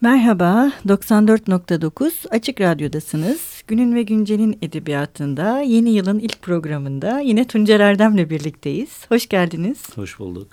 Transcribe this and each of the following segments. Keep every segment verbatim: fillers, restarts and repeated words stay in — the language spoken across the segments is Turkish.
Merhaba, doksan dört nokta dokuz Açık Radyo'dasınız. Günün ve Güncel'in edebiyatında yeni yılın ilk programında yine Tuncer Erdem'le birlikteyiz. Hoş geldiniz. Hoş bulduk.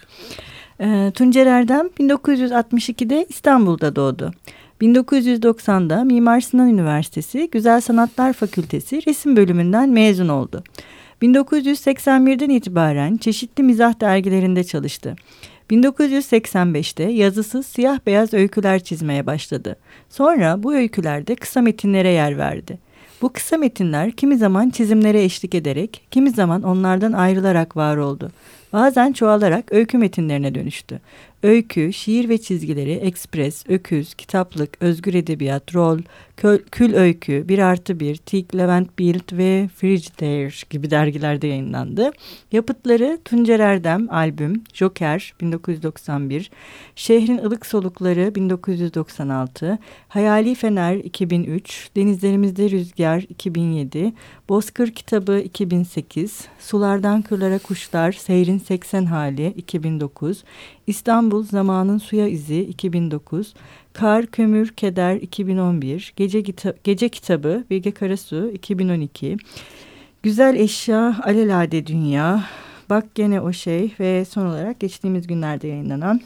Ee, Tuncer Erdem bin dokuz yüz altmış ikide İstanbul'da doğdu. bin dokuz yüz doksanda Mimar Sinan Üniversitesi Güzel Sanatlar Fakültesi Resim Bölümünden mezun oldu. bin dokuz yüz seksen birden itibaren çeşitli mizah dergilerinde çalıştı. bin dokuz yüz seksen beşte yazısız siyah beyaz öyküler çizmeye başladı. Sonra bu öykülerde kısa metinlere yer verdi. Bu kısa metinler kimi zaman çizimlere eşlik ederek, kimi zaman onlardan ayrılarak var oldu. Bazen çoğalarak öykü metinlerine dönüştü. Öykü, şiir ve çizgileri, ekspres, öküz, kitaplık, özgür edebiyat, rol, köl, kül öykü, bir artı bir, Tik, Levent Bild ve Frigidaire gibi dergilerde yayınlandı. Yapıtları Tuncer Erdem albüm, Joker bin dokuz yüz doksan bir, Şehrin ılık solukları bin dokuz yüz doksan altı, Hayali Fener iki bin üç, Denizlerimizde Rüzgar iki bin yedi, Bozkır Kitabı iki bin sekiz, Sulardan Kırlara Kuşlar, Seyrin seksen hali iki bin dokuz, İstanbul Zamanın Suya İzi iki bin dokuz, Kar, Kömür, Keder iki bin on bir, Gece, Kita- Gece Kitabı Bilge Karasu iki bin on iki, Güzel Eşya, Alelade Dünya, Bak Gene O Şey ve son olarak geçtiğimiz günlerde yayınlanan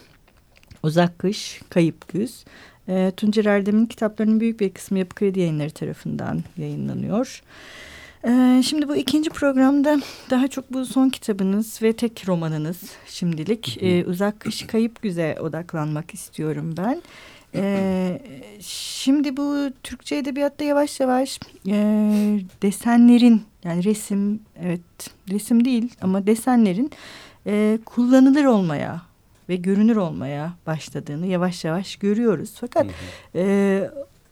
Uzak Kış, Kayıp Güz. E, Tuncer Erdem'in kitaplarının büyük bir kısmı Yapı Kredi Yayınları tarafından yayınlanıyor. Ee, şimdi bu ikinci programda daha çok bu son kitabınız ve tek romanınız şimdilik e, Uzak Kış Kayıp Güz'e odaklanmak istiyorum ben. Ee, şimdi bu Türkçe edebiyatta yavaş yavaş e, desenlerin, yani resim, evet resim değil ama desenlerin e, kullanılır olmaya ve görünür olmaya başladığını yavaş yavaş görüyoruz. Fakat e,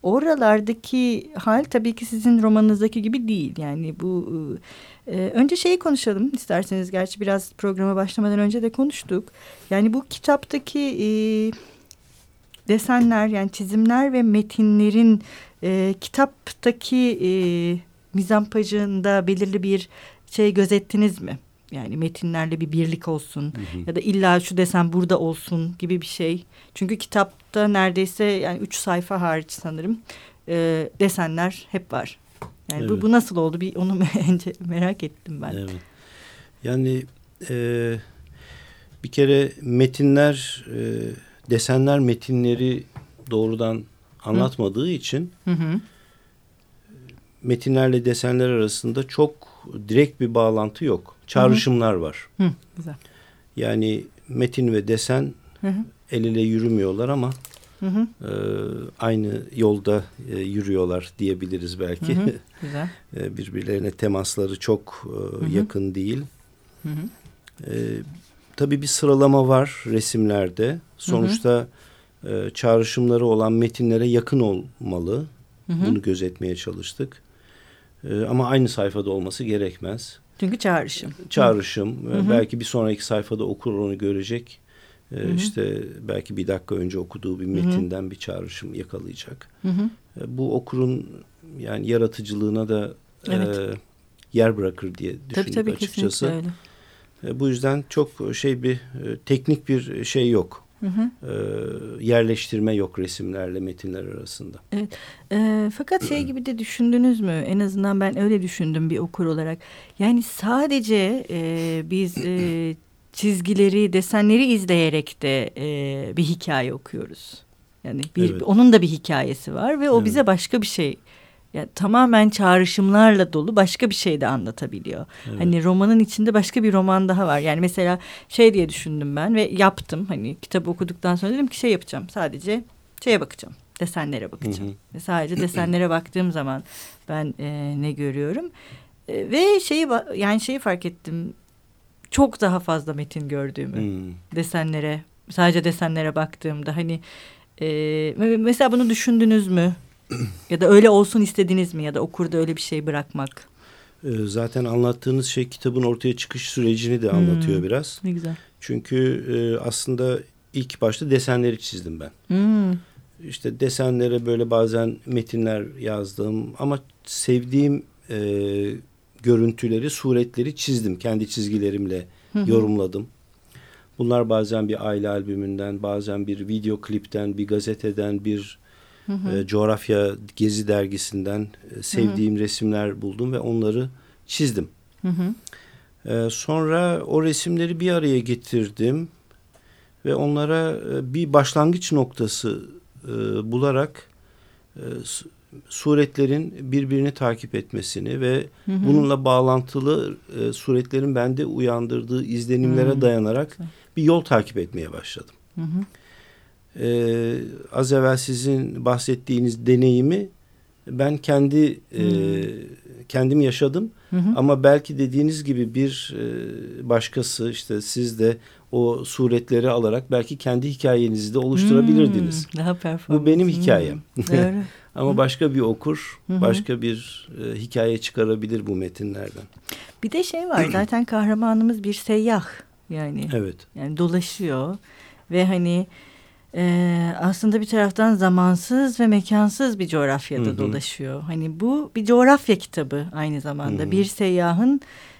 oralardaki hal tabii ki sizin romanınızdaki gibi değil. Yani bu e, önce şeyi konuşalım isterseniz. Gerçi biraz programa başlamadan önce de konuştuk. Yani bu kitaptaki e, desenler, yani çizimler ve metinlerin e, kitaptaki e, mizampajında belirli bir şey gözettiniz mi? Yani metinlerle bir birlik olsun, hı hı, ya da illa şu desen burada olsun gibi bir şey. Çünkü kitapta neredeyse yani üç sayfa hariç sanırım e, desenler hep var. Yani evet. bu, bu nasıl oldu? Bir onu önce merak ettim ben. Evet. Yani e, bir kere metinler, e, desenler metinleri doğrudan anlatmadığı hı. için hı hı. metinlerle desenler arasında çok direkt bir bağlantı yok. Çağrışımlar var. Hı, güzel. Yani metin ve desen hı hı. el ele yürümüyorlar ama hı hı. E, aynı yolda e, yürüyorlar diyebiliriz belki. Hı hı. Güzel. e, birbirlerine temasları çok e, hı hı. yakın değil. Hı hı. E, tabii bir sıralama var resimlerde. Sonuçta hı hı. E, çağrışımları olan metinlere yakın olmalı. Hı hı. Bunu gözetmeye çalıştık. E, ama aynı sayfada olması gerekmez. Çünkü çağrışım. Çağrışım. Hı hı. Belki bir sonraki sayfada okur onu görecek. Ee, hı hı. İşte belki bir dakika önce okuduğu bir metinden hı hı. bir çağrışım yakalayacak. Hı hı. Ee, bu okurun yani yaratıcılığına da evet. e, yer bırakır diye düşündük tabii, tabii, açıkçası. Öyle. E, bu yüzden çok şey bir e, teknik bir şey yok. Hı hı. E, yerleştirme yok resimlerle metinler arasında. Evet. E, fakat şey gibi de düşündünüz mü? En azından ben öyle düşündüm bir okur olarak. Yani sadece e, biz e, çizgileri, desenleri izleyerek de e, bir hikaye okuyoruz. Yani bir, evet. onun da bir hikayesi var ve o evet. bize başka bir şey. Yani tamamen çağrışımlarla dolu başka bir şey de anlatabiliyor. Evet. Hani romanın içinde başka bir roman daha var. Yani mesela şey diye düşündüm ben ve yaptım. Hani kitabı okuduktan sonra dedim ki şey yapacağım. Sadece şeye bakacağım. Desenlere bakacağım. Hı hı. Ve sadece desenlere baktığım zaman ben e, ne görüyorum? E, ve şeyi yani şeyi fark ettim. Çok daha fazla metin gördüğümü. Hı. Desenlere, sadece desenlere baktığımda hani e, mesela bunu düşündünüz mü? Ya da öyle olsun istediniz mi? Ya da okurda öyle bir şey bırakmak. Zaten anlattığınız şey kitabın ortaya çıkış sürecini de anlatıyor hmm, biraz. Ne güzel. Çünkü e, aslında ilk başta desenleri çizdim ben. Hmm. İşte desenlere böyle bazen metinler yazdım. Ama sevdiğim e, görüntüleri, suretleri çizdim. Kendi çizgilerimle hı hı. yorumladım. Bunlar bazen bir aile albümünden, bazen bir video klipten, bir gazeteden, bir Hı hı. E, coğrafya Gezi dergisinden e, sevdiğim hı hı. resimler buldum ve onları çizdim. Hı hı. E, sonra o resimleri bir araya getirdim ve onlara e, bir başlangıç noktası e, bularak e, suretlerin birbirini takip etmesini ve hı hı. bununla bağlantılı e, suretlerin bende uyandırdığı izlenimlere hı hı. dayanarak bir yol takip etmeye başladım. Hı hı. Ee, az evvel sizin bahsettiğiniz deneyimi ben kendi hmm. e, kendim yaşadım. Hı hı. Ama belki dediğiniz gibi bir e, başkası, işte siz de o suretleri alarak belki kendi hikayenizi de oluşturabilirdiniz. Hmm. Daha performans. Bu benim hikayem. Hmm. Ama hı. başka bir okur, hı hı. başka bir e, hikaye çıkarabilir bu metinlerden. Bir de şey var, zaten kahramanımız bir seyyah yani. Evet. Yani dolaşıyor ve hani Ee, aslında bir taraftan zamansız ve mekansız bir coğrafyada hı hı. dolaşıyor. Hani bu bir coğrafya kitabı aynı zamanda. Hı hı. Bir seyyahın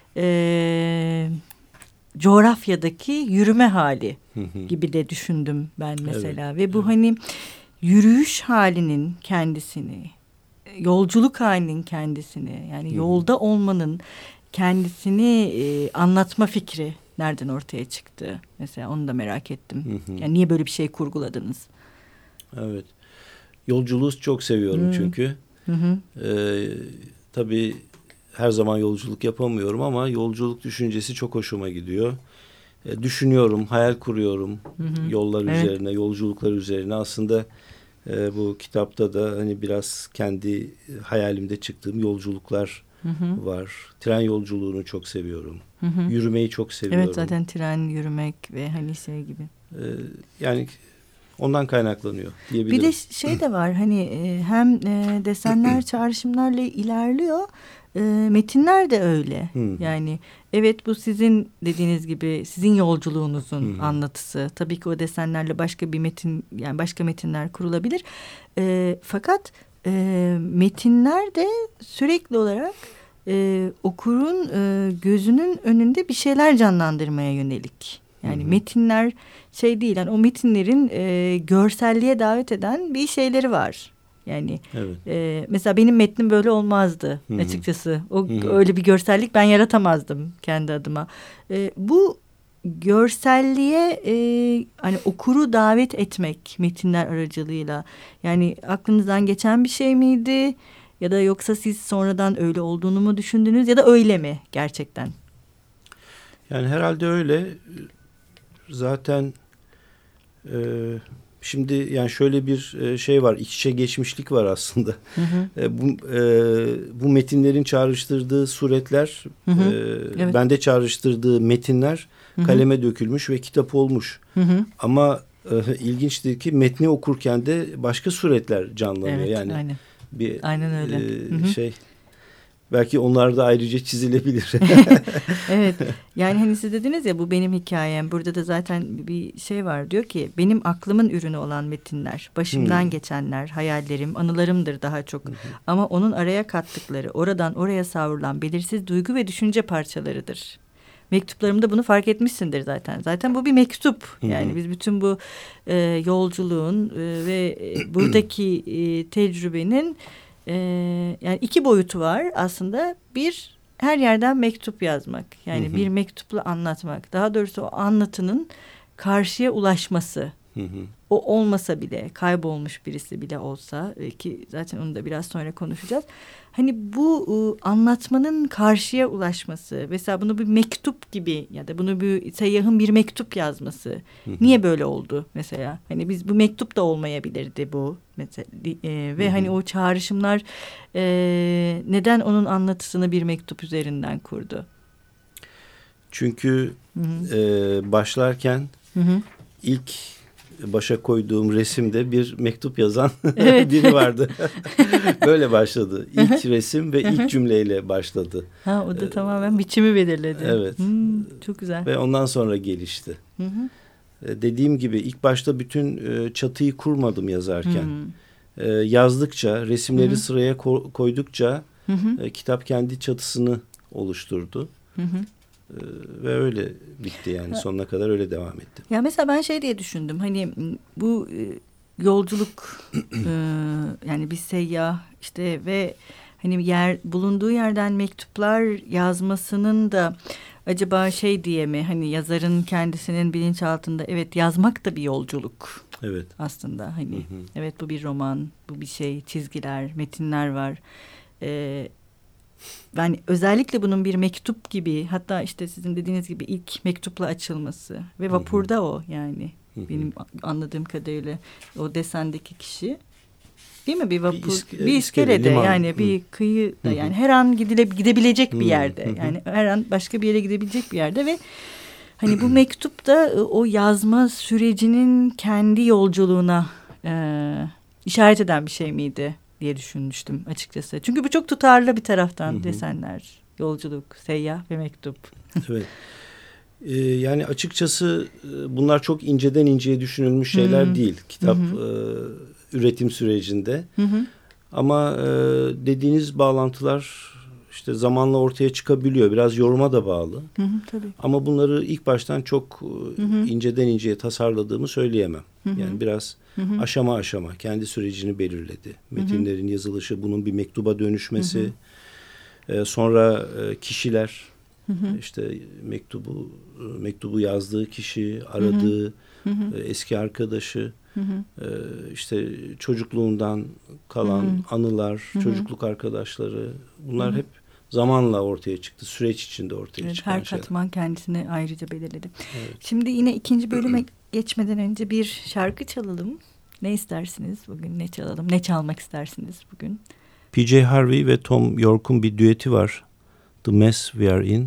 e, coğrafyadaki yürüme hali hı hı. gibi de düşündüm ben mesela. Evet. Ve bu evet. hani yürüyüş halinin kendisini, yolculuk halinin kendisini, yani hı hı. yolda olmanın kendisini e, anlatma fikri nereden ortaya çıktı? Mesela onu da merak ettim. Hı hı. Yani niye böyle bir şey kurguladınız? Evet. Yolculuğu çok seviyorum hı. çünkü. Hı hı. Ee, tabii her zaman yolculuk yapamıyorum ama yolculuk düşüncesi çok hoşuma gidiyor. Ee, düşünüyorum, hayal kuruyorum hı hı. yollar evet. üzerine, yolculuklar üzerine. Aslında e, bu kitapta da hani biraz kendi hayalimde çıktığım yolculuklar hı hı. var. Tren yolculuğunu çok seviyorum. Hı hı. Yürümeyi çok seviyorum. Evet, zaten tren, yürümek ve hani şey gibi. Ee, yani ondan kaynaklanıyor diyebilirim. Bir de şey de var, hani e, hem e, desenler çağrışımlarla ilerliyor. E, metinler de öyle. Hı. Yani evet, bu sizin dediğiniz gibi sizin yolculuğunuzun Hı. anlatısı. Tabii ki o desenlerle başka bir metin, yani başka metinler kurulabilir. E, fakat e, metinler de sürekli olarak e, okurun e, gözünün önünde bir şeyler canlandırmaya yönelik. Yani hı hı. metinler şey değil, yani o metinlerin e, görselliğe davet eden bir şeyleri var. Yani evet. e, mesela benim metnim böyle olmazdı hı hı. açıkçası. O hı hı. öyle bir görsellik ben yaratamazdım kendi adıma. E, bu görselliğe e, hani okuru davet etmek metinler aracılığıyla, yani aklınızdan geçen bir şey miydi? Ya da yoksa siz sonradan öyle olduğunu mu düşündünüz, ya da öyle mi gerçekten? Yani herhalde öyle. Zaten e, şimdi yani şöyle bir e, şey var, iç içe geçmişlik var aslında. Hı hı. E, bu, e, bu metinlerin çağrıştırdığı suretler, hı hı. E, evet. bende çağrıştırdığı metinler hı hı. kaleme dökülmüş ve kitap olmuş. Hı hı. Ama e, ilginçtir ki metni okurken de başka suretler canlanıyor. Evet, yani aynen. Bir aynen öyle. E, hı hı. şey. Belki onlar da ayrıca çizilebilir. Evet. Yani hani siz dediniz ya, bu benim hikayem. Burada da zaten bir şey var. Diyor ki benim aklımın ürünü olan metinler, başımdan hmm. geçenler, hayallerim, anılarımdır daha çok. Hmm. Ama onun araya kattıkları, oradan oraya savrulan belirsiz duygu ve düşünce parçalarıdır. Mektuplarımda bunu fark etmişsindir zaten. Zaten bu bir mektup. Yani hmm. biz bütün bu e, yolculuğun e, ve e, buradaki e, tecrübenin Ee, yani iki boyutu var aslında. Bir, her yerden mektup yazmak. Yani hı hı. bir mektupla anlatmak. Daha doğrusu o anlatının karşıya ulaşması. Hı hı. O olmasa bile, kaybolmuş birisi bile olsa, ki zaten onu da biraz sonra konuşacağız. Hani bu ıı, anlatmanın karşıya ulaşması. Mesela bunu bir mektup gibi, ya da bunu bir seyyahın bir mektup yazması. Hı hı. Niye böyle oldu mesela? Hani biz, bu mektup da olmayabilirdi bu. Mesela, e, ve hı hı. hani o çağrışımlar e, neden onun anlatısını bir mektup üzerinden kurdu? Çünkü hı hı. E, başlarken hı hı. ilk başa koyduğum resimde bir mektup yazan evet. biri vardı. Böyle başladı. İlk resim ve ilk cümleyle başladı. Ha, o da ee, tamamen biçimi belirledi. Evet. Hmm, çok güzel. Ve ondan sonra gelişti. Hı hı. Ee, dediğim gibi ilk başta bütün e, çatıyı kurmadım yazarken. Ee, yazdıkça, resimleri hı hı. sıraya ko- koydukça hı hı. E, kitap kendi çatısını oluşturdu. Hı hı. Ve öyle bitti, yani sonuna kadar öyle devam etti. Ya mesela ben şey diye düşündüm, hani bu yolculuk e, yani bir seyyah işte ve hani yer bulunduğu yerden mektuplar yazmasının da acaba şey diye mi, hani yazarın kendisinin bilinçaltında evet yazmak da bir yolculuk. Evet. Aslında hani hı hı. evet bu bir roman, bu bir şey, çizgiler, metinler var. Ee, yani özellikle bunun bir mektup gibi, hatta işte sizin dediğiniz gibi ilk mektupla açılması ve vapurda hı hı. o yani hı hı. benim anladığım kadarıyla o desendeki kişi. Değil mi? Bir vapur, bir, iske, bir iskelede liman. Yani Hı. bir kıyıda Hı-hı. yani her an gidile, gidebilecek bir yerde. Hı-hı. Yani her an başka bir yere gidebilecek bir yerde ve hani bu mektup da o yazma sürecinin kendi yolculuğuna e, işaret eden bir şey miydi diye düşünmüştüm açıkçası. Çünkü bu çok tutarlı bir taraftan Hı-hı. desenler, yolculuk, seyyah ve mektup. Evet. Ee, yani açıkçası bunlar çok inceden inceye düşünülmüş şeyler Hı-hı. değil. Kitap Hı-hı. e, üretim sürecinde. Hı hı. Ama e, dediğiniz bağlantılar işte zamanla ortaya çıkabiliyor. Biraz yoruma da bağlı. Hı hı, tabii. Ama bunları ilk baştan çok hı hı. inceden inceye tasarladığımı söyleyemem. Hı hı. Yani biraz hı hı. aşama aşama kendi sürecini belirledi. Metinlerin hı hı. yazılışı, bunun bir mektuba dönüşmesi. Hı hı. E, sonra e, kişiler hı hı. işte mektubu mektubu yazdığı kişi, aradığı hı hı. E, eski arkadaşı. Hı hı. Ee, işte çocukluğundan kalan hı hı. anılar, hı hı. çocukluk arkadaşları, bunlar hı hı. hep zamanla ortaya çıktı. Süreç içinde ortaya evet, çıkan her şeyler. Her katman kendisini ayrıca belirledi. Evet. Şimdi yine ikinci bölüme geçmeden önce bir şarkı çalalım. Ne istersiniz bugün? Ne çalalım? Ne çalmak istersiniz bugün? P J Harvey ve Tom York'un bir düeti var. The Mess We Are In.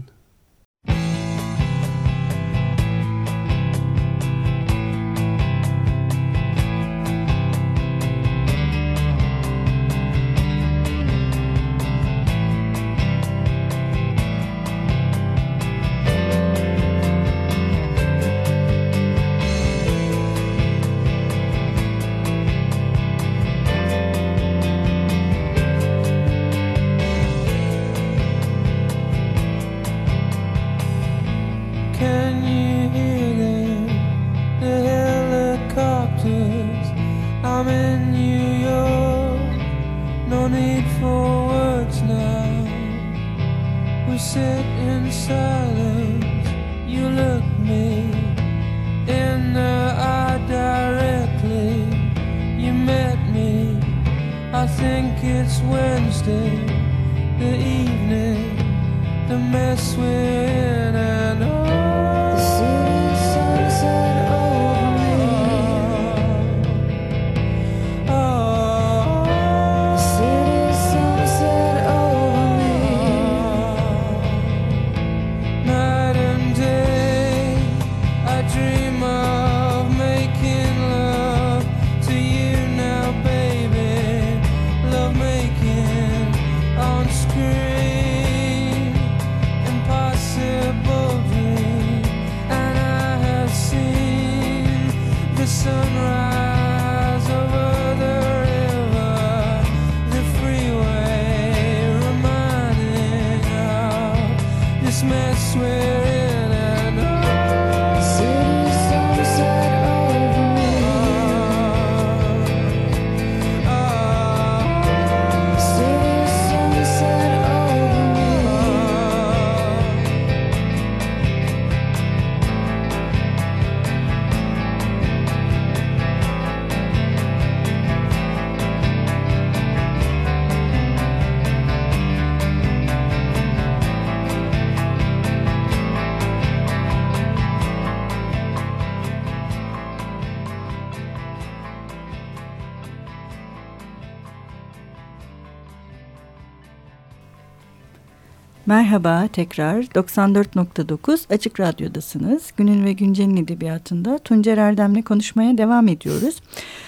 Merhaba tekrar doksan dört nokta dokuz Açık Radyo'dasınız. Günün ve Güncel'in edebiyatında Tuncer Erdem'le konuşmaya devam ediyoruz.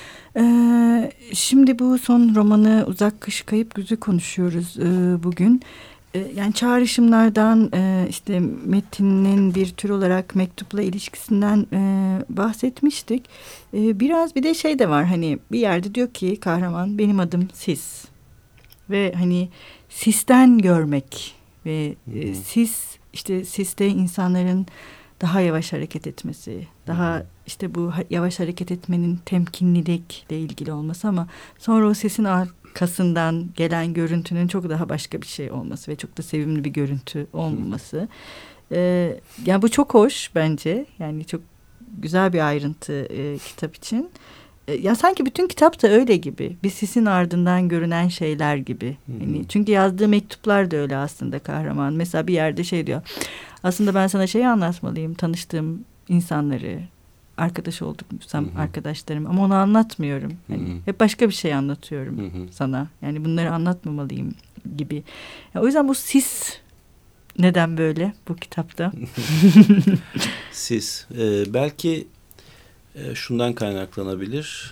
Ee, şimdi bu son romanı Uzak Kış Kayıp Güzü konuşuyoruz e, bugün. E, yani çağrışımlardan e, işte metinin bir tür olarak mektupla ilişkisinden e, bahsetmiştik. E, biraz bir de şey de var, hani bir yerde diyor ki kahraman benim adım Sis ve hani Sis'ten görmek. Ve e, sis işte siste insanların daha yavaş hareket etmesi, daha işte bu yavaş hareket etmenin temkinlilikle ilgili olması ama sonra o sesin arkasından gelen görüntünün çok daha başka bir şey olması ve çok da sevimli bir görüntü olmaması. Ee, yani bu çok hoş bence. Yani çok güzel bir ayrıntı e, kitap için. E, ya sanki bütün kitap da öyle gibi. Bir sisin ardından görünen şeyler gibi. Yani çünkü yazdığı mektuplar da öyle aslında kahraman. Mesela bir yerde şey diyor. Aslında ben sana şeyi anlatmalıyım. Tanıştığım insanları, arkadaş olduysam hı hı. arkadaşlarım ama onu anlatmıyorum. Yani hep başka bir şey anlatıyorum hı hı. sana. Yani bunları anlatmamalıyım gibi. Ya o yüzden bu sis neden böyle bu kitapta? Sis e, belki e, şundan kaynaklanabilir.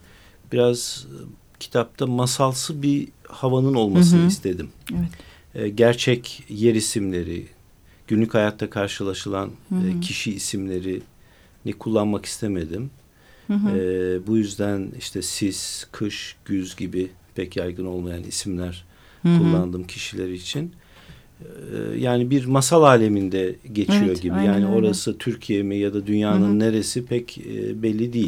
Biraz e, kitapta masalsı bir havanın olmasını hı hı. istedim. Evet. E, gerçek yer isimleri, günlük hayatta karşılaşılan hı hı. E, kişi isimleri ne kullanmak istemedim. Hı hı. E, bu yüzden işte sis, kış, güz gibi pek yaygın olmayan isimler hı hı. kullandım kişiler için. E, yani bir masal aleminde geçiyor evet, gibi. Yani öyle. Orası Türkiye mi ya da dünyanın hı hı. neresi pek e, belli değil.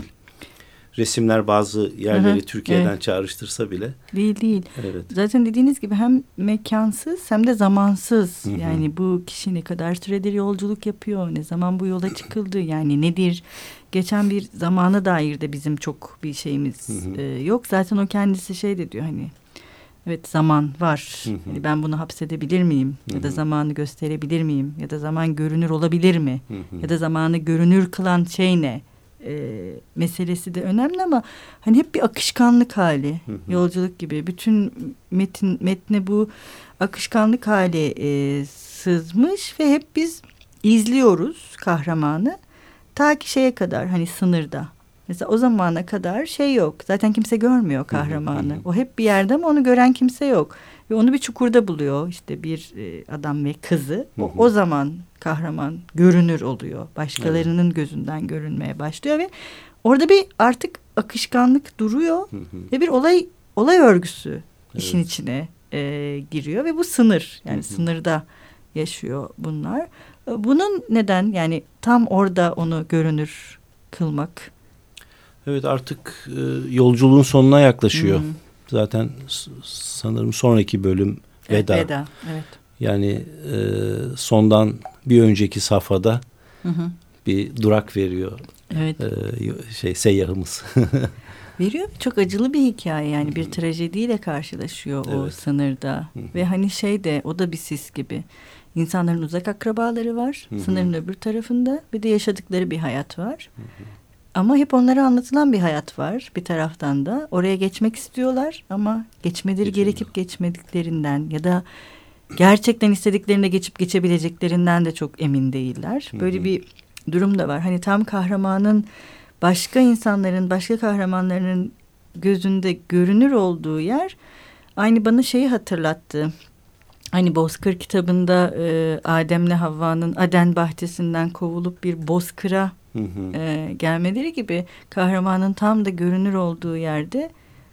Resimler bazı yerleri hı hı. Türkiye'den evet. çağrıştırsa bile. Değil değil. Evet. Zaten dediğiniz gibi hem mekansız hem de zamansız. Hı hı. Yani bu kişi ne kadar süredir yolculuk yapıyor, ne zaman bu yola çıkıldı, yani nedir? Geçen bir zamana dair de bizim çok bir şeyimiz hı hı. E, yok. Zaten o kendisi şey de diyor hani, evet zaman var. Hı hı. Yani ben bunu hapsedebilir miyim? Hı hı. Ya da zamanı gösterebilir miyim? Ya da zaman görünür olabilir mi? Hı hı. Ya da zamanı görünür kılan şey ne? E, meselesi de önemli ama hani hep bir akışkanlık hali, hı hı. yolculuk gibi. Bütün metin metne bu akışkanlık hali e, sızmış ve hep biz izliyoruz kahramanı ta ki şeye kadar, hani sınırda. Mesela o zamana kadar şey yok. Zaten kimse görmüyor kahramanı. Hı hı. O hep bir yerde ama onu gören kimse yok. Ve onu bir çukurda buluyor. İşte bir e, adam ve kızı. O, hı hı. o zaman kahraman görünür oluyor. Başkalarının evet. gözünden görünmeye başlıyor ve orada bir artık akışkanlık duruyor. Hı hı. Ve bir olay olay örgüsü evet. işin içine e, giriyor ve bu sınır. Yani hı hı. sınırda yaşıyor bunlar. Bunun neden, yani tam orada onu görünür kılmak? Evet, artık e, yolculuğun sonuna yaklaşıyor. Hmm. Zaten sanırım sonraki bölüm veda. Evet, veda. Evet. Yani e, sondan bir önceki safhada hı hı. bir durak veriyor. Evet. E, şey seyyahımız. Veriyor. Çok acılı bir hikaye, yani bir trajediyle karşılaşıyor evet. o sınırda. Hı hı. Ve hani şey de, o da bir sis gibi. İnsanların uzak akrabaları var. Hı hı. Sınırın öbür tarafında. Bir de yaşadıkları bir hayat var. Hı hı. Ama hep onlara anlatılan bir hayat var bir taraftan da. Oraya geçmek istiyorlar ama geçmeleri Geçemiyor. gerekip geçmediklerinden ya da gerçekten istediklerine geçip geçebileceklerinden de çok emin değiller. Böyle hı hı. bir durum da var. Hani tam kahramanın başka insanların, başka kahramanların gözünde görünür olduğu yer aynı bana şeyi hatırlattı. Hani Bozkır kitabında e, Adem'le Havva'nın Aden bahçesinden kovulup bir bozkıra Hı hı. E, gelmeleri gibi kahramanın tam da görünür olduğu yerde,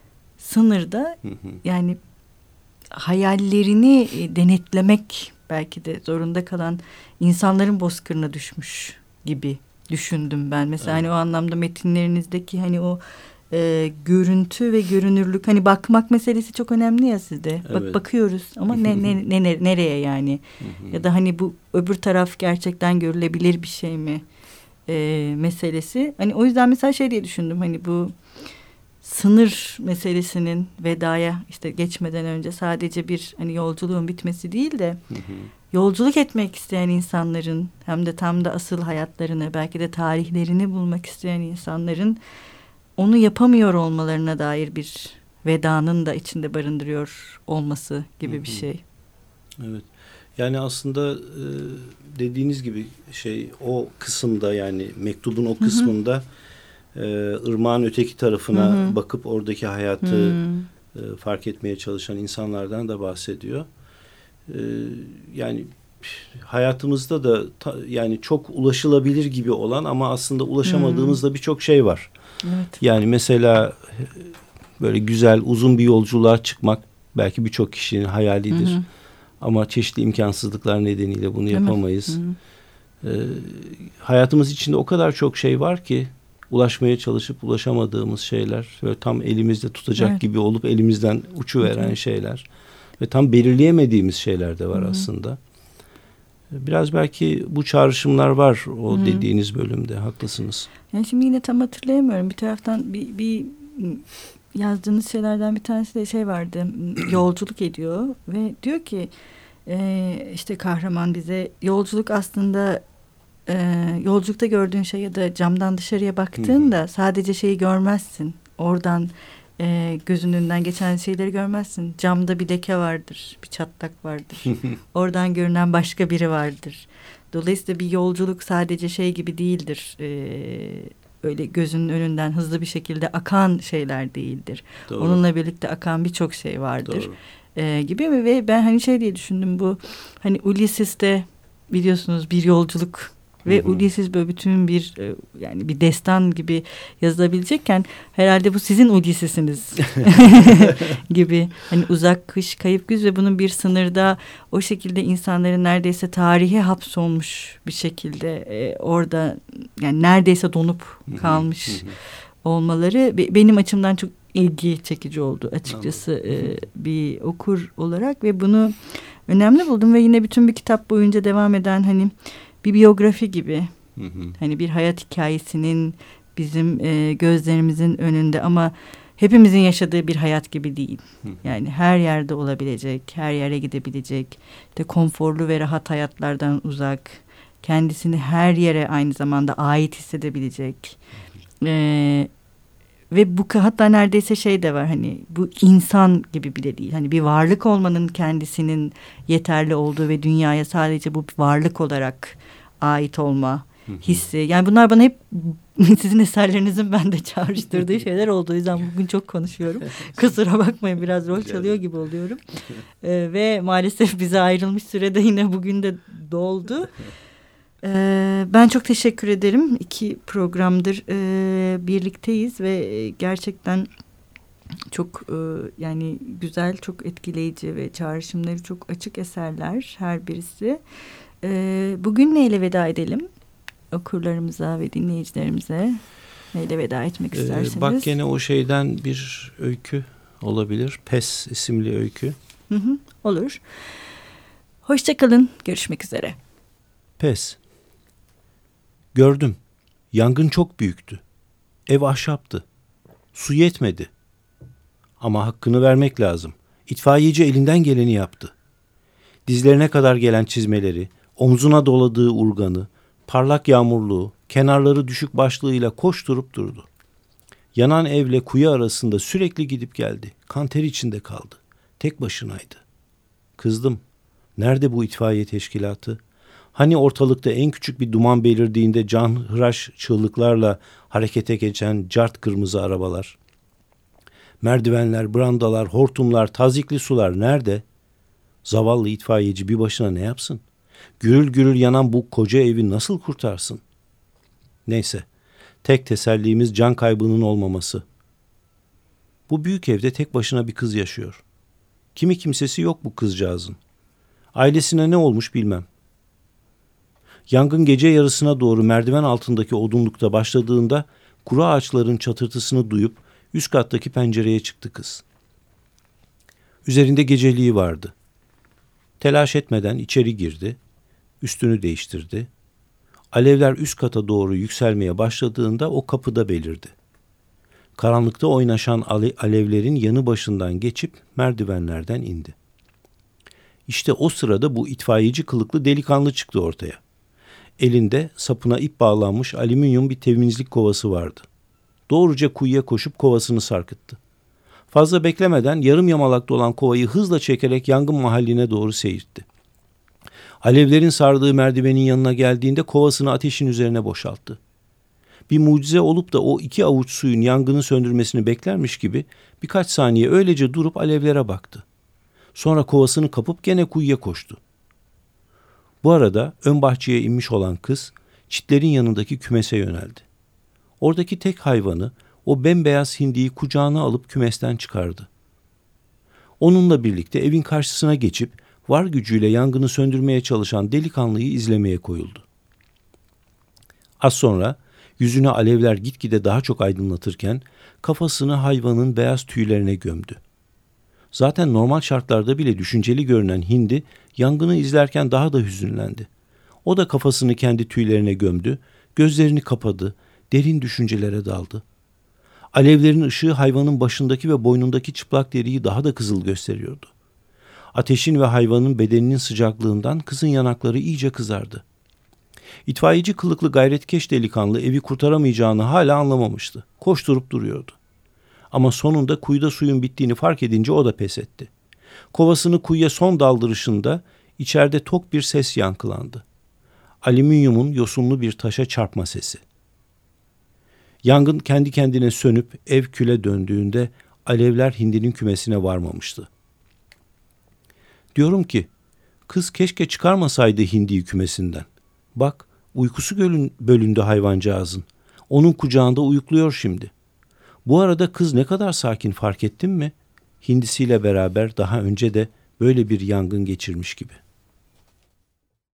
sınırda hı hı. yani hayallerini e, denetlemek belki de zorunda kalan insanların bozkırına düşmüş gibi düşündüm ben. Mesela evet. hani o anlamda metinlerinizdeki hani o e, görüntü ve görünürlük, hani bakmak meselesi çok önemli ya sizde. Evet. Bak bakıyoruz ama ne, ne, ne, ne nereye yani? Hı hı. Ya da hani bu öbür taraf gerçekten görülebilir bir şey mi? E, meselesi. Hani o yüzden mesela şey diye düşündüm, hani bu sınır meselesinin vedaya işte geçmeden önce sadece bir hani yolculuğun bitmesi değil de hı hı. yolculuk etmek isteyen insanların, hem de tam da asıl hayatlarını, belki de tarihlerini bulmak isteyen insanların onu yapamıyor olmalarına dair bir vedanın da içinde barındırıyor olması gibi hı hı. bir şey. Evet. Yani aslında e, dediğiniz gibi şey, o kısımda, yani mektubun o kısmında hı hı. E, ırmağın öteki tarafına hı hı. bakıp oradaki hayatı hı. e, fark etmeye çalışan insanlardan da bahsediyor. E, yani hayatımızda da ta, yani çok ulaşılabilir gibi olan ama aslında ulaşamadığımız da birçok şey var. Evet. Yani mesela böyle güzel uzun bir yolculuğa çıkmak belki birçok kişinin hayalidir. Hı hı. Ama çeşitli imkansızlıklar nedeniyle bunu yapamayız. Ee, hayatımız içinde o kadar çok şey var ki ulaşmaya çalışıp ulaşamadığımız şeyler, böyle tam elimizde tutacak evet. gibi olup elimizden uçuveren evet. şeyler ve tam belirleyemediğimiz şeyler de var Hı-hı. aslında. Biraz belki bu çağrışımlar var o Hı-hı. dediğiniz bölümde, haklısınız. Yani şimdi yine tam hatırlayamıyorum. Bir taraftan bir, bir yazdığınız şeylerden bir tanesi de şey vardı. Yolculuk ediyor ve diyor ki e, işte kahraman bize yolculuk aslında e, yolculukta gördüğün şey ya da camdan dışarıya baktığında Hı-hı. sadece şeyi görmezsin. Oradan e, gözünün önünden geçen şeyleri görmezsin. Camda bir leke vardır, bir çatlak vardır. Oradan görünen başka biri vardır. Dolayısıyla bir yolculuk sadece şey gibi değildir. Ee, öyle gözünün önünden hızlı bir şekilde akan şeyler değildir. Doğru. Onunla birlikte akan birçok şey vardır. Ee, gibi ve ben hani şey diye düşündüm, bu hani Ulysses'te biliyorsunuz bir yolculuk ve hı hı. Ulysses böyle bütün bir yani bir destan gibi yazılabilecekken herhalde bu sizin Ulysses'iniz gibi, hani uzak kış, kayıp güz ve bunun bir sınırda o şekilde insanların neredeyse tarihe hapsolmuş bir şekilde e, orada yani neredeyse donup kalmış hı hı. olmaları benim açımdan çok ilgi çekici oldu açıkçası e, bir okur olarak ve bunu önemli buldum ve yine bütün bir kitap boyunca devam eden hani bir biyografi gibi, hı hı. hani bir hayat hikayesinin bizim e, gözlerimizin önünde ama hepimizin yaşadığı bir hayat gibi değil. Hı. Yani her yerde olabilecek, her yere gidebilecek, işte konforlu ve rahat hayatlardan uzak, kendisini her yere aynı zamanda ait hissedebilecek. E, ve bu hatta neredeyse şey de var, hani bu insan gibi bile değil. Hani bir varlık olmanın kendisinin yeterli olduğu ve dünyaya sadece bu varlık olarak ait olma hissi. Yani bunlar bana hep sizin eserlerinizin bende çağrıştırdığı şeyler oldu. O yüzden bugün çok konuşuyorum. Kusura bakmayın, biraz rol çalıyor gibi oluyorum. Ee, ve maalesef bize ayrılmış sürede yine bugün de doldu. Ee, ben çok teşekkür ederim. İki programdır e, birlikteyiz ve gerçekten çok e, yani güzel, çok etkileyici ve çağrışımları çok açık eserler her birisi. E, bugün neyle veda edelim? Okurlarımıza ve dinleyicilerimize neyle veda etmek ee, isterseniz? Bak gene o şeyden bir öykü olabilir. Pes isimli öykü. Hı hı, olur. Hoşça kalın. Görüşmek üzere. Pes. Gördüm. Yangın çok büyüktü. Ev ahşaptı. Su yetmedi. Ama hakkını vermek lazım. İtfaiyeci elinden geleni yaptı. Dizlerine kadar gelen çizmeleri, omzuna doladığı urganı, parlak yağmurluğu, kenarları düşük başlığıyla koşturup durdu. Yanan evle kuyu arasında sürekli gidip geldi. Kan ter içinde kaldı. Tek başınaydı. Kızdım. Nerede bu itfaiye teşkilatı? Hani ortalıkta en küçük bir duman belirdiğinde canhıraş çığlıklarla harekete geçen cart kırmızı arabalar? Merdivenler, brandalar, hortumlar, tazikli sular nerede? Zavallı itfaiyeci bir başına ne yapsın? Gürül gürül yanan bu koca evi nasıl kurtarsın? Neyse, tek tesellimiz can kaybının olmaması. Bu büyük evde tek başına bir kız yaşıyor. Kimi kimsesi yok bu kızcağızın. Ailesine ne olmuş bilmem. Yangın gece yarısına doğru merdiven altındaki odunlukta başladığında kuru ağaçların çatırtısını duyup üst kattaki pencereye çıktı kız. Üzerinde geceliği vardı. Telaş etmeden içeri girdi, üstünü değiştirdi. Alevler üst kata doğru yükselmeye başladığında o kapıda belirdi. Karanlıkta oynaşan ale- alevlerin yanı başından geçip merdivenlerden indi. İşte o sırada bu itfaiyeci kılıklı delikanlı çıktı ortaya. Elinde sapına ip bağlanmış alüminyum bir temizlik kovası vardı. Doğruca kuyuya koşup kovasını sarkıttı. Fazla beklemeden yarım yamalakta olan kovayı hızla çekerek yangın mahalline doğru seyirtti. Alevlerin sardığı merdivenin yanına geldiğinde kovasını ateşin üzerine boşalttı. Bir mucize olup da o iki avuç suyun yangını söndürmesini beklermiş gibi birkaç saniye öylece durup alevlere baktı. Sonra kovasını kapıp gene kuyuya koştu. Bu arada ön bahçeye inmiş olan kız çitlerin yanındaki kümese yöneldi. Oradaki tek hayvanı, o bembeyaz hindiyi kucağına alıp kümesten çıkardı. Onunla birlikte evin karşısına geçip var gücüyle yangını söndürmeye çalışan delikanlıyı izlemeye koyuldu. Az sonra yüzüne alevler gitgide daha çok aydınlatırken kafasını hayvanın beyaz tüylerine gömdü. Zaten normal şartlarda bile düşünceli görünen hindi yangını izlerken daha da hüzünlendi. O da kafasını kendi tüylerine gömdü, gözlerini kapadı, derin düşüncelere daldı. Alevlerin ışığı hayvanın başındaki ve boynundaki çıplak deriyi daha da kızıl gösteriyordu. Ateşin ve hayvanın bedeninin sıcaklığından kızın yanakları iyice kızardı. İtfaiyeci kılıklı gayretkeş delikanlı evi kurtaramayacağını hala anlamamıştı. Koşturup duruyordu. Ama sonunda kuyuda suyun bittiğini fark edince o da pes etti. Kovasını kuyuya son daldırışında içeride tok bir ses yankılandı. Alüminyumun yosunlu bir taşa çarpma sesi. Yangın kendi kendine sönüp ev küle döndüğünde alevler hindinin kümesine varmamıştı. Diyorum ki, kız keşke çıkarmasaydı hindiyi kümesinden. Bak, uykusu bölündü hayvancağızın. Onun kucağında uyukluyor şimdi. Bu arada kız ne kadar sakin, fark ettin mi? Hindisiyle beraber daha önce de böyle bir yangın geçirmiş gibi.